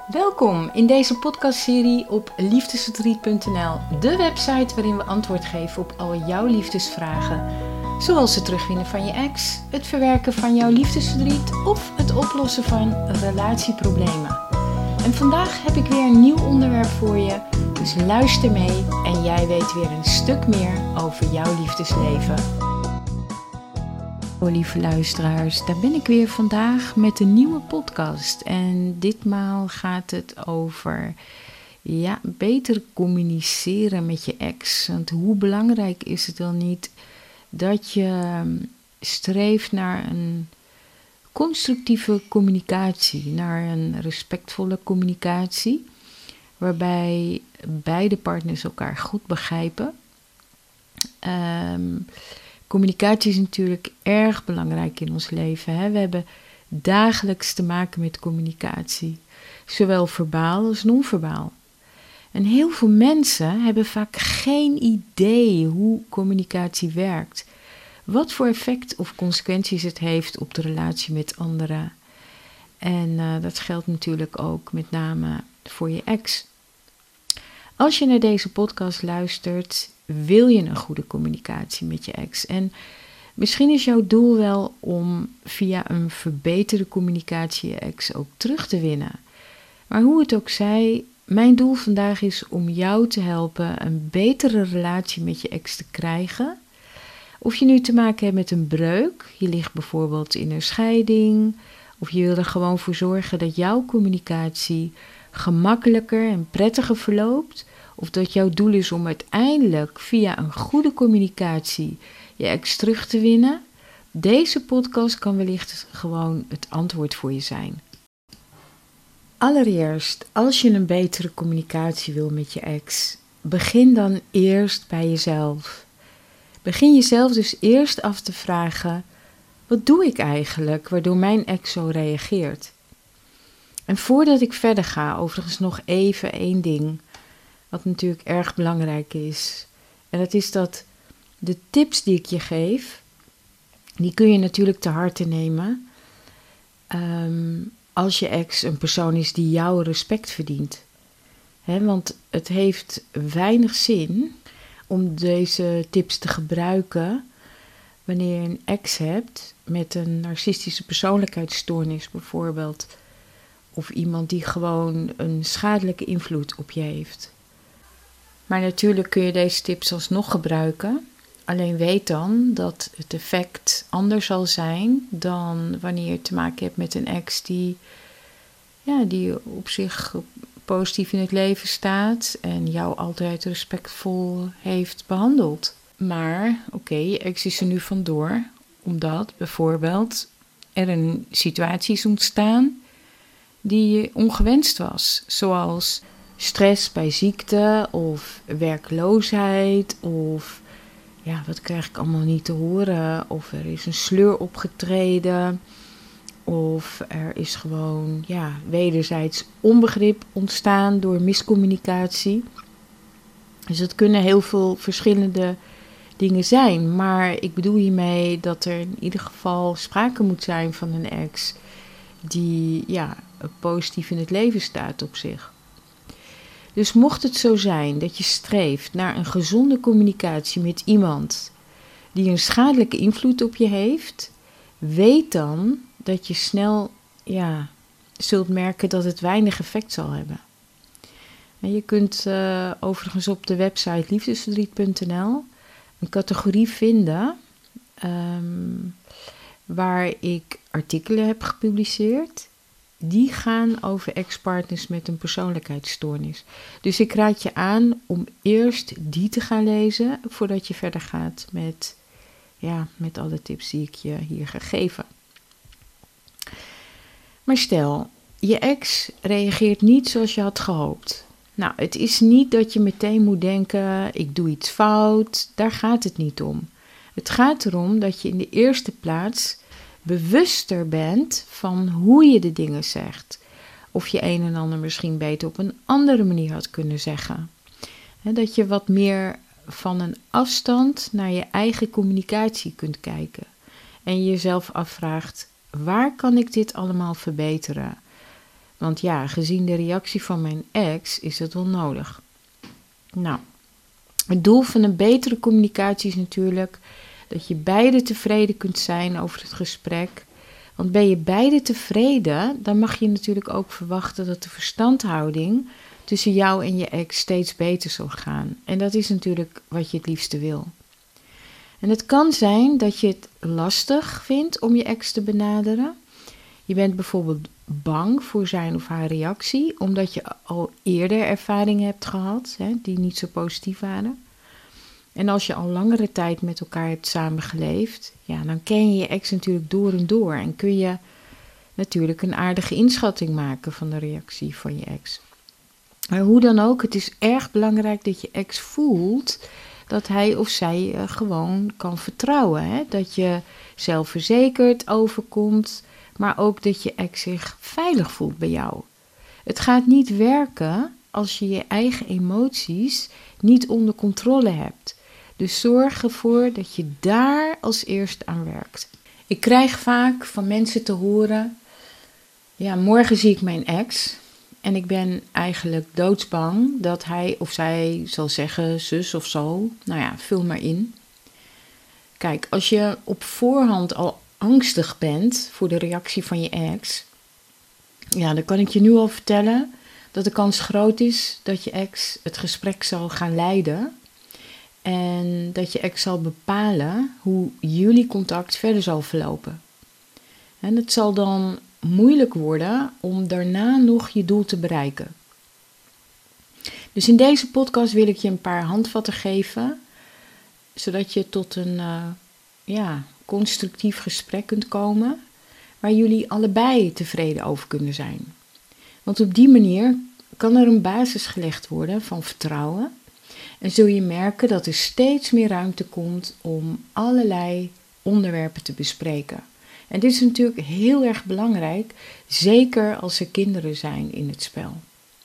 Welkom in deze podcastserie op liefdesverdriet.nl, de website waarin we antwoord geven op al jouw liefdesvragen. Zoals het terugwinnen van je ex, het verwerken van jouw liefdesverdriet of het oplossen van relatieproblemen. En vandaag heb ik weer een nieuw onderwerp voor je, dus luister mee en jij weet weer een stuk meer over jouw liefdesleven. Lieve luisteraars, daar ben ik weer vandaag met een nieuwe podcast. En ditmaal gaat het over beter communiceren met je ex. Want hoe belangrijk is het dan niet dat je streeft naar een constructieve communicatie, naar een respectvolle communicatie, waarbij beide partners elkaar goed begrijpen. Communicatie is natuurlijk erg belangrijk in ons leven. Hè? We hebben dagelijks te maken met communicatie, zowel verbaal als non-verbaal. En heel veel mensen hebben vaak geen idee hoe communicatie werkt. Wat voor effect of consequenties het heeft op de relatie met anderen. En dat geldt natuurlijk ook met name voor je ex. Als je naar deze podcast luistert, wil je een goede communicatie met je ex. En misschien is jouw doel wel om via een verbeterde communicatie je ex ook terug te winnen. Maar hoe het ook zij, mijn doel vandaag is om jou te helpen een betere relatie met je ex te krijgen. Of je nu te maken hebt met een breuk, je ligt bijvoorbeeld in een scheiding, of je wil er gewoon voor zorgen dat jouw communicatie gemakkelijker en prettiger verloopt. Of dat jouw doel is om uiteindelijk via een goede communicatie je ex terug te winnen. Deze podcast kan wellicht gewoon het antwoord voor je zijn. Allereerst, als je een betere communicatie wil met je ex, begin dan eerst bij jezelf. Begin jezelf dus eerst af te vragen, wat doe ik eigenlijk waardoor mijn ex zo reageert? En voordat ik verder ga, overigens nog even één ding, wat natuurlijk erg belangrijk is. En dat is dat de tips die ik je geef, die kun je natuurlijk te harte nemen. Als je ex een persoon is die jouw respect verdient. Want het heeft weinig zin om deze tips te gebruiken wanneer je een ex hebt met een narcistische persoonlijkheidsstoornis bijvoorbeeld. Of iemand die gewoon een schadelijke invloed op je heeft. Maar natuurlijk kun je deze tips alsnog gebruiken. Alleen weet dan dat het effect anders zal zijn dan wanneer je te maken hebt met een ex die op zich positief in het leven staat en jou altijd respectvol heeft behandeld. Maar je ex is er nu vandoor omdat bijvoorbeeld er een situatie is ontstaan die ongewenst was, zoals stress bij ziekte of werkloosheid of wat krijg ik allemaal niet te horen, of er is een sleur opgetreden of er is gewoon wederzijds onbegrip ontstaan door miscommunicatie. Dus het kunnen heel veel verschillende dingen zijn, maar ik bedoel hiermee dat er in ieder geval sprake moet zijn van een ex die positief in het leven staat op zich. Dus mocht het zo zijn dat je streeft naar een gezonde communicatie met iemand die een schadelijke invloed op je heeft, weet dan dat je snel zult merken dat het weinig effect zal hebben. En je kunt overigens op de website liefdesverdriet.nl een categorie vinden waar ik artikelen heb gepubliceerd. Die gaan over ex-partners met een persoonlijkheidsstoornis. Dus ik raad je aan om eerst die te gaan lezen voordat je verder gaat met alle tips die ik je hier ga geven. Maar stel, je ex reageert niet zoals je had gehoopt. Nou, het is niet dat je meteen moet denken, ik doe iets fout. Daar gaat het niet om. Het gaat erom dat je in de eerste plaats bewuster bent van hoe je de dingen zegt. Of je een en ander misschien beter op een andere manier had kunnen zeggen. Dat je wat meer van een afstand naar je eigen communicatie kunt kijken. En jezelf afvraagt, waar kan ik dit allemaal verbeteren? Want ja, gezien de reactie van mijn ex is dat wel nodig. Nou, het doel van een betere communicatie is natuurlijk dat je beide tevreden kunt zijn over het gesprek. Want ben je beide tevreden, dan mag je natuurlijk ook verwachten dat de verstandhouding tussen jou en je ex steeds beter zal gaan. En dat is natuurlijk wat je het liefste wil. En het kan zijn dat je het lastig vindt om je ex te benaderen. Je bent bijvoorbeeld bang voor zijn of haar reactie, omdat je al eerder ervaringen hebt gehad, die niet zo positief waren. En als je al langere tijd met elkaar hebt samengeleefd, ja, dan ken je je ex natuurlijk door en door. En kun je natuurlijk een aardige inschatting maken van de reactie van je ex. Maar hoe dan ook, het is erg belangrijk dat je ex voelt dat hij of zij je gewoon kan vertrouwen. Hè? Dat je zelfverzekerd overkomt, maar ook dat je ex zich veilig voelt bij jou. Het gaat niet werken als je je eigen emoties niet onder controle hebt. Dus zorg ervoor dat je daar als eerste aan werkt. Ik krijg vaak van mensen te horen, ja, morgen zie ik mijn ex. En ik ben eigenlijk doodsbang dat hij of zij zal zeggen zus of zo. Nou ja, vul maar in. Kijk, als je op voorhand al angstig bent voor de reactie van je ex, ja, dan kan ik je nu al vertellen dat de kans groot is dat je ex het gesprek zal gaan leiden. En dat je ex zal bepalen hoe jullie contact verder zal verlopen. En het zal dan moeilijk worden om daarna nog je doel te bereiken. Dus in deze podcast wil ik je een paar handvatten geven, zodat je tot een constructief gesprek kunt komen, waar jullie allebei tevreden over kunnen zijn. Want op die manier kan er een basis gelegd worden van vertrouwen. En zul je merken dat er steeds meer ruimte komt om allerlei onderwerpen te bespreken. En dit is natuurlijk heel erg belangrijk, zeker als er kinderen zijn in het spel.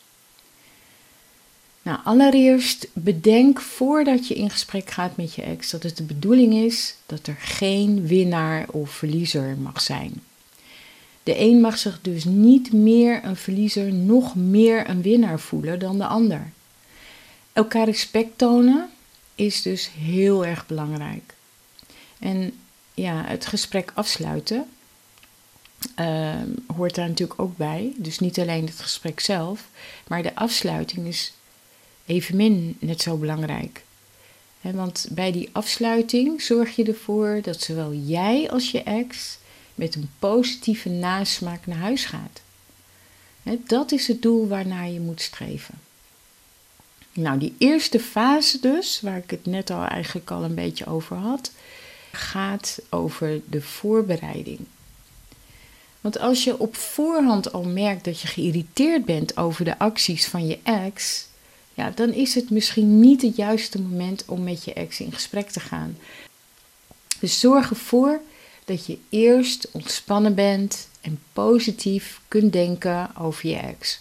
Nou, allereerst bedenk voordat je in gesprek gaat met je ex dat het de bedoeling is dat er geen winnaar of verliezer mag zijn. De een mag zich dus niet meer een verliezer, nog meer een winnaar voelen dan de ander. Elkaar respect tonen is dus heel erg belangrijk. En ja, het gesprek afsluiten hoort daar natuurlijk ook bij. Dus niet alleen het gesprek zelf, maar de afsluiting is evenmin net zo belangrijk. Want bij die afsluiting zorg je ervoor dat zowel jij als je ex met een positieve nasmaak naar huis gaat. Dat is het doel waarnaar je moet streven. Nou, die eerste fase dus, waar ik het net al eigenlijk al een beetje over had, gaat over de voorbereiding. Want als je op voorhand al merkt dat je geïrriteerd bent over de acties van je ex, ja, dan is het misschien niet het juiste moment om met je ex in gesprek te gaan. Dus zorg ervoor dat je eerst ontspannen bent en positief kunt denken over je ex.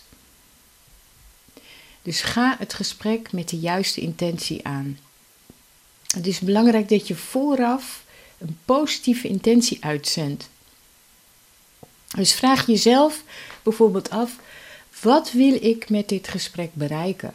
Dus ga het gesprek met de juiste intentie aan. Het is belangrijk dat je vooraf een positieve intentie uitzendt. Dus vraag jezelf bijvoorbeeld af, wat wil ik met dit gesprek bereiken?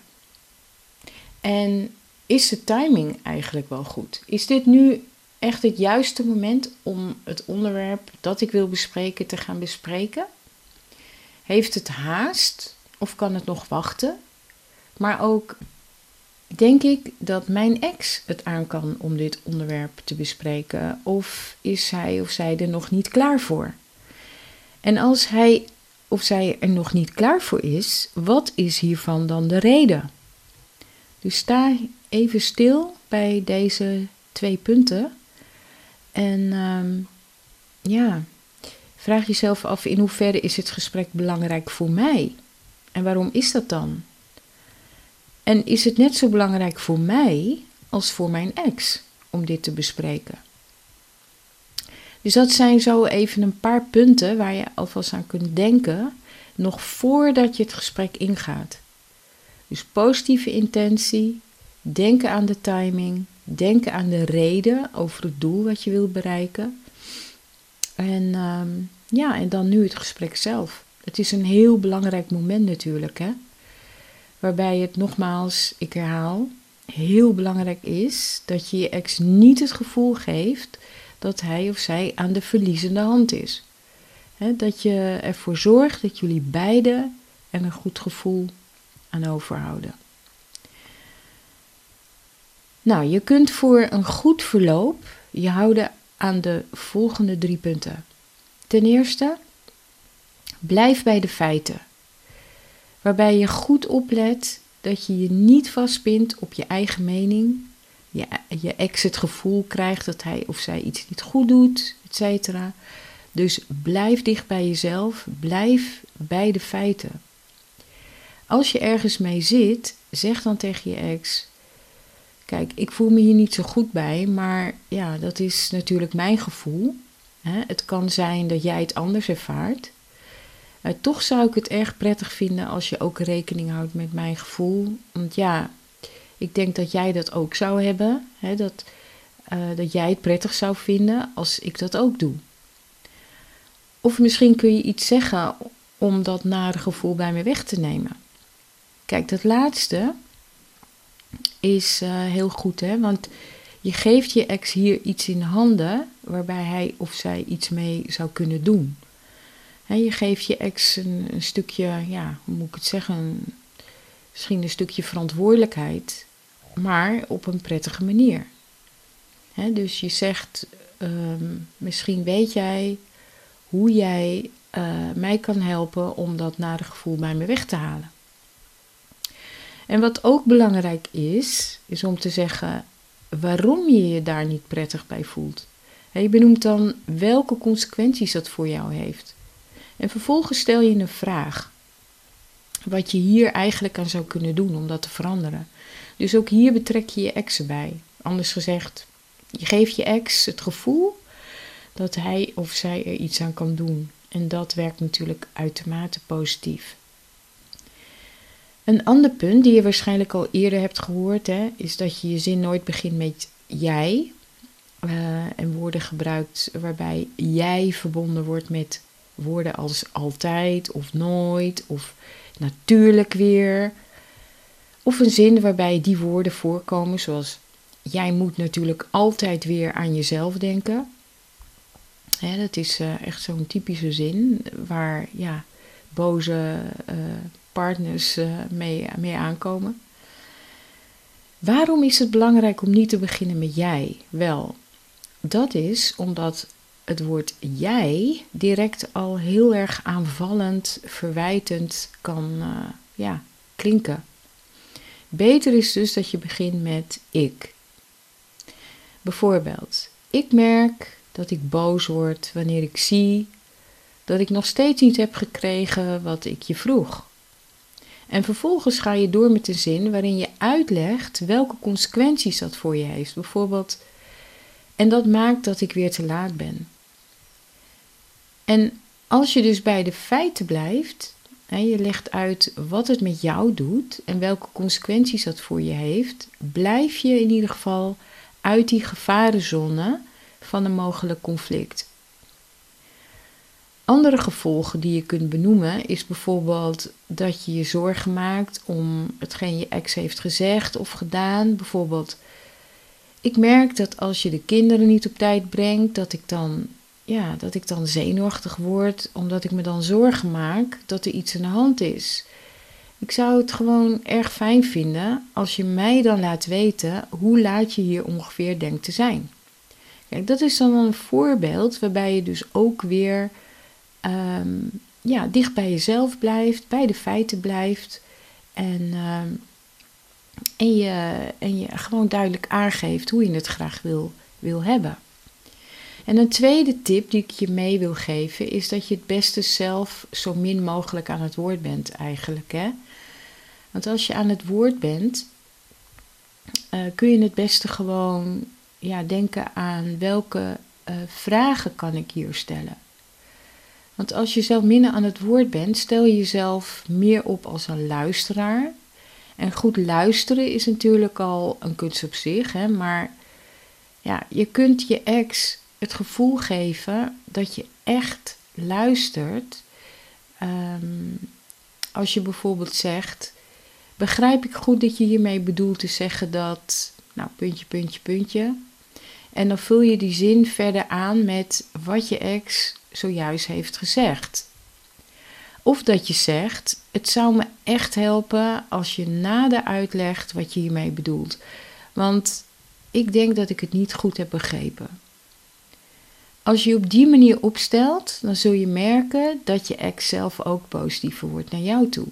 En is de timing eigenlijk wel goed? Is dit nu echt het juiste moment om het onderwerp dat ik wil bespreken te gaan bespreken? Heeft het haast of kan het nog wachten? Maar ook denk ik dat mijn ex het aan kan om dit onderwerp te bespreken, of is hij of zij er nog niet klaar voor? En als hij of zij er nog niet klaar voor is, wat is hiervan dan de reden? Dus sta even stil bij deze 2 punten en vraag jezelf af, in hoeverre is het gesprek belangrijk voor mij? En waarom is dat dan? En is het net zo belangrijk voor mij als voor mijn ex om dit te bespreken? Dus dat zijn zo even een paar punten waar je alvast aan kunt denken, nog voordat je het gesprek ingaat. Dus positieve intentie, denken aan de timing, denken aan de reden over het doel wat je wilt bereiken. En dan nu het gesprek zelf. Het is een heel belangrijk moment natuurlijk, hè? Waarbij het nogmaals, ik herhaal, heel belangrijk is dat je je ex niet het gevoel geeft dat hij of zij aan de verliezende hand is. Dat je ervoor zorgt dat jullie beiden er een goed gevoel aan overhouden. Nou, je kunt voor een goed verloop je houden aan de volgende 3 punten. Ten eerste, blijf bij de feiten. Waarbij je goed oplet dat je je niet vastpint op je eigen mening. Je ex het gevoel krijgt dat hij of zij iets niet goed doet, etc. Dus blijf dicht bij jezelf, blijf bij de feiten. Als je ergens mee zit, zeg dan tegen je ex: kijk, ik voel me hier niet zo goed bij, maar ja, dat is natuurlijk mijn gevoel. Het kan zijn dat jij het anders ervaart. Toch zou ik het erg prettig vinden als je ook rekening houdt met mijn gevoel. Want ja, ik denk dat jij dat ook zou hebben. Dat jij het prettig zou vinden als ik dat ook doe. Of misschien kun je iets zeggen om dat nare gevoel bij me weg te nemen. Kijk, dat laatste is heel goed, hè? Want je geeft je ex hier iets in handen waarbij hij of zij iets mee zou kunnen doen. Je geeft je ex een stukje, ja, hoe moet ik het zeggen, misschien een stukje verantwoordelijkheid, maar op een prettige manier. Dus je zegt, misschien weet jij hoe jij mij kan helpen om dat nare gevoel bij me weg te halen. En wat ook belangrijk is om te zeggen waarom je je daar niet prettig bij voelt. Je benoemt dan welke consequenties dat voor jou heeft. En vervolgens stel je een vraag. Wat je hier eigenlijk aan zou kunnen doen om dat te veranderen. Dus ook hier betrek je je ex erbij. Anders gezegd, je geeft je ex het gevoel dat hij of zij er iets aan kan doen. En dat werkt natuurlijk uitermate positief. Een ander punt die je waarschijnlijk al eerder hebt gehoord, is dat je je zin nooit begint met jij. En woorden gebruikt waarbij jij verbonden wordt met woorden als altijd of nooit of natuurlijk weer. Of een zin waarbij die woorden voorkomen zoals jij moet natuurlijk altijd weer aan jezelf denken. Dat is echt zo'n typische zin waar boze partners mee aankomen. Waarom is het belangrijk om niet te beginnen met jij? Wel, dat is omdat het woord jij direct al heel erg aanvallend, verwijtend kan klinken. Beter is dus dat je begint met ik. Bijvoorbeeld, ik merk dat ik boos word wanneer ik zie dat ik nog steeds niet heb gekregen wat ik je vroeg. En vervolgens ga je door met een zin waarin je uitlegt welke consequenties dat voor je heeft. Bijvoorbeeld, en dat maakt dat ik weer te laat ben. En als je dus bij de feiten blijft, je legt uit wat het met jou doet en welke consequenties dat voor je heeft, blijf je in ieder geval uit die gevarenzone van een mogelijk conflict. Andere gevolgen die je kunt benoemen is bijvoorbeeld dat je je zorgen maakt om hetgeen je ex heeft gezegd of gedaan. Bijvoorbeeld, ik merk dat als je de kinderen niet op tijd brengt, dat ik dan zenuwachtig word, omdat ik me dan zorgen maak dat er iets aan de hand is. Ik zou het gewoon erg fijn vinden als je mij dan laat weten hoe laat je hier ongeveer denkt te zijn. Kijk, dat is dan een voorbeeld waarbij je dus ook weer dicht bij jezelf blijft, bij de feiten blijft en je gewoon duidelijk aangeeft hoe je het graag wil hebben. En een tweede tip die ik je mee wil geven is dat je het beste zelf zo min mogelijk aan het woord bent eigenlijk. Want als je aan het woord bent, kun je het beste gewoon denken aan welke vragen kan ik hier stellen. Want als je zelf minder aan het woord bent, stel je jezelf meer op als een luisteraar. En goed luisteren is natuurlijk al een kunst op zich, maar je kunt je ex het gevoel geven dat je echt luistert als je bijvoorbeeld zegt, begrijp ik goed dat je hiermee bedoelt te zeggen dat, nou, puntje, puntje, puntje. En dan vul je die zin verder aan met wat je ex zojuist heeft gezegd. Of dat je zegt, het zou me echt helpen als je nader uitlegt wat je hiermee bedoelt. Want ik denk dat ik het niet goed heb begrepen. Als je op die manier opstelt, dan zul je merken dat je ex zelf ook positiever wordt naar jou toe.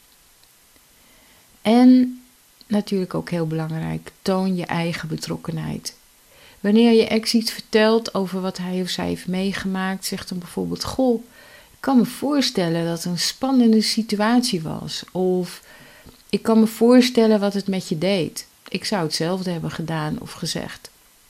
En natuurlijk ook heel belangrijk, toon je eigen betrokkenheid. Wanneer je ex iets vertelt over wat hij of zij heeft meegemaakt, zegt dan bijvoorbeeld, goh, ik kan me voorstellen dat het een spannende situatie was. Of ik kan me voorstellen wat het met je deed. Ik zou hetzelfde hebben gedaan of gezegd.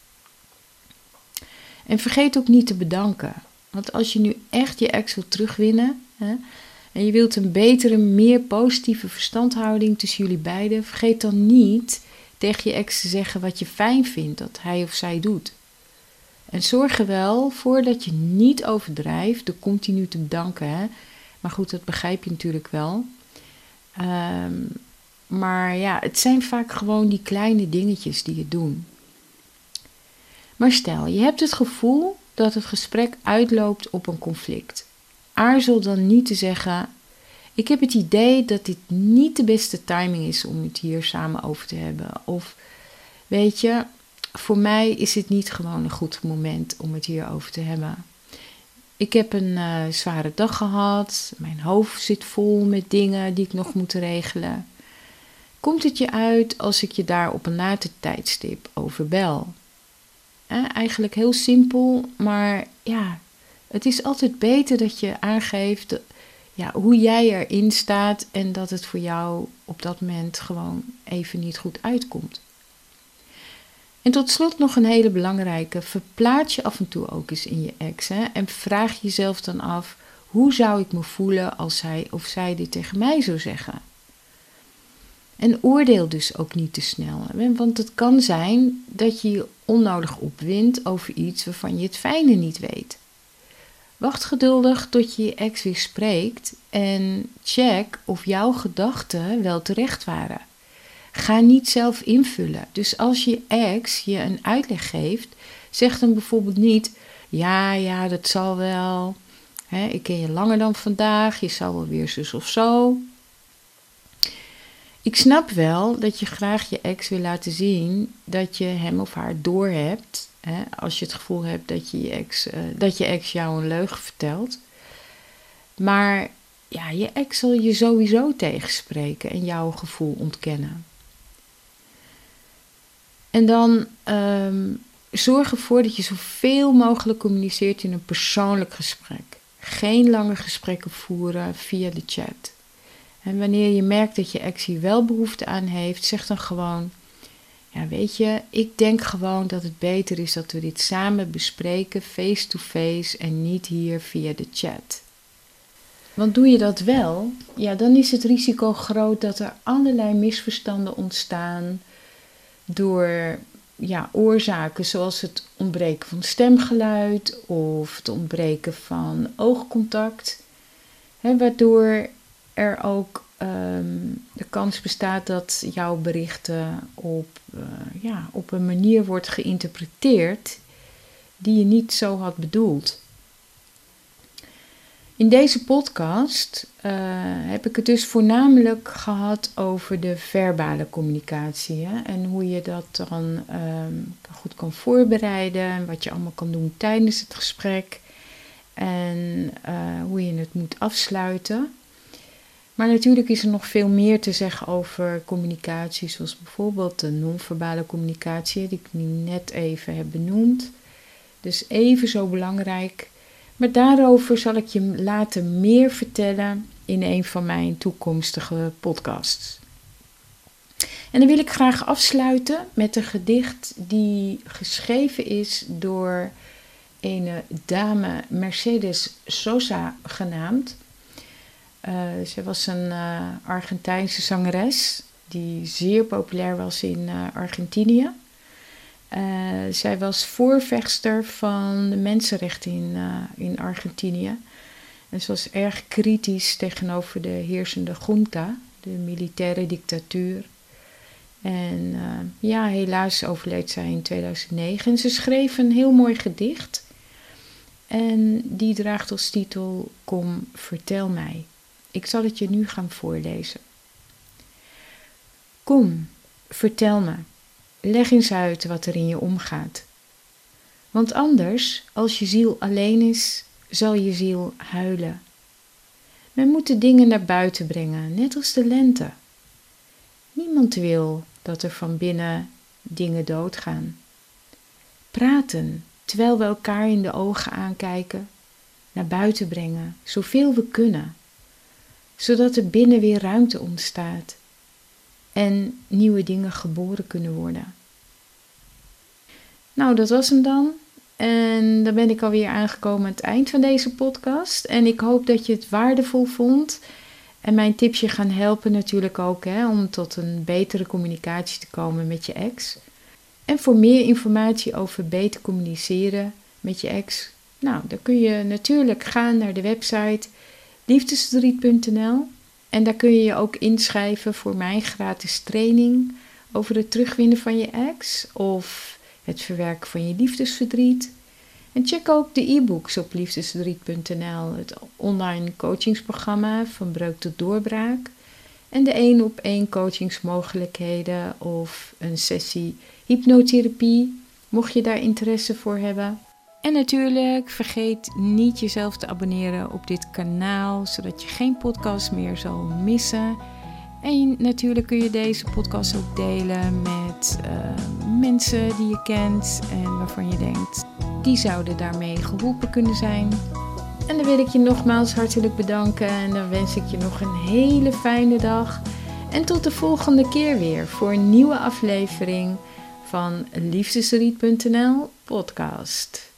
En vergeet ook niet te bedanken. Want als je nu echt je ex wilt terugwinnen, en je wilt een betere, meer positieve verstandhouding tussen jullie beiden, vergeet dan niet tegen je ex te zeggen wat je fijn vindt dat hij of zij doet. En zorg er wel voor dat je niet overdrijft door continu te bedanken. Maar goed, dat begrijp je natuurlijk wel. Maar ja, het zijn vaak gewoon die kleine dingetjes die het doen. Maar stel, je hebt het gevoel dat het gesprek uitloopt op een conflict. Aarzel dan niet te zeggen, ik heb het idee dat dit niet de beste timing is om het hier samen over te hebben. Of weet je, voor mij is het niet gewoon een goed moment om het hier over te hebben. Ik heb een zware dag gehad, mijn hoofd zit vol met dingen die ik nog moet regelen. Komt het je uit als ik je daar op een later tijdstip over bel? Eigenlijk heel simpel, maar ja, het is altijd beter dat je aangeeft hoe jij erin staat en dat het voor jou op dat moment gewoon even niet goed uitkomt. En tot slot nog een hele belangrijke, verplaats je af en toe ook eens in je ex en vraag jezelf dan af, hoe zou ik me voelen als hij of zij dit tegen mij zou zeggen? En oordeel dus ook niet te snel, want het kan zijn dat je je onnodig opwindt over iets waarvan je het fijne niet weet. Wacht geduldig tot je je ex weer spreekt en check of jouw gedachten wel terecht waren. Ga niet zelf invullen. Dus als je ex je een uitleg geeft, zeg dan bijvoorbeeld niet, ja, dat zal wel. Ik ken je langer dan vandaag, je zal wel weer zus of zo. Ik snap wel dat je graag je ex wil laten zien dat je hem of haar doorhebt. Als je het gevoel hebt dat je ex jou een leugen vertelt. Maar ja, je ex zal je sowieso tegenspreken en jouw gevoel ontkennen. En dan zorg ervoor dat je zoveel mogelijk communiceert in een persoonlijk gesprek. Geen lange gesprekken voeren via de chat. En wanneer je merkt dat je ex hier wel behoefte aan heeft, zeg dan gewoon, ja weet je, ik denk gewoon dat het beter is dat we dit samen bespreken, face to face en niet hier via de chat. Want doe je dat wel, ja dan is het risico groot dat er allerlei misverstanden ontstaan door oorzaken zoals het ontbreken van stemgeluid of het ontbreken van oogcontact, waardoor er ook de kans bestaat dat jouw berichten op een manier wordt geïnterpreteerd die je niet zo had bedoeld. In deze podcast heb ik het dus voornamelijk gehad over de verbale communicatie. En hoe je dat dan goed kan voorbereiden. Wat je allemaal kan doen tijdens het gesprek. En hoe je het moet afsluiten. Maar natuurlijk is er nog veel meer te zeggen over communicatie. Zoals bijvoorbeeld de non-verbale communicatie die ik nu net even heb benoemd. Dus even zo belangrijk. Maar daarover zal ik je later meer vertellen in een van mijn toekomstige podcasts. En dan wil ik graag afsluiten met een gedicht die geschreven is door een dame Mercedes Sosa genaamd. Zij was een Argentijnse zangeres die zeer populair was in Argentinië. Zij was voorvechter van de mensenrechten in Argentinië. En ze was erg kritisch tegenover de heersende junta, de militaire dictatuur. En helaas overleed zij in 2009. En ze schreef een heel mooi gedicht. En die draagt als titel Kom, vertel mij. Ik zal het je nu gaan voorlezen. Kom, vertel me. Leg eens uit wat er in je omgaat. Want anders, als je ziel alleen is, zal je ziel huilen. Men moet de dingen naar buiten brengen, net als de lente. Niemand wil dat er van binnen dingen doodgaan. Praten, terwijl we elkaar in de ogen aankijken, naar buiten brengen, zoveel we kunnen, zodat er binnen weer ruimte ontstaat en nieuwe dingen geboren kunnen worden. Nou, dat was hem dan. En dan ben ik alweer aangekomen aan het eind van deze podcast. En ik hoop dat je het waardevol vond. En mijn tips je gaan helpen natuurlijk ook om tot een betere communicatie te komen met je ex. En voor meer informatie over beter communiceren met je ex, dan kun je natuurlijk gaan naar de website liefdesverdriet.nl. En daar kun je je ook inschrijven voor mijn gratis training over het terugwinnen van je ex of het verwerken van je liefdesverdriet. En check ook de e-books op liefdesverdriet.nl, het online coachingsprogramma van breuk tot doorbraak. En de 1-op-1 coachingsmogelijkheden of een sessie hypnotherapie, mocht je daar interesse voor hebben. En natuurlijk, vergeet niet jezelf te abonneren op dit kanaal, zodat je geen podcast meer zal missen. En natuurlijk kun je deze podcast ook delen met mensen die je kent en waarvan je denkt, die zouden daarmee geholpen kunnen zijn. En dan wil ik je nogmaals hartelijk bedanken en dan wens ik je nog een hele fijne dag. En tot de volgende keer weer voor een nieuwe aflevering van Liefdesverdriet.nl podcast.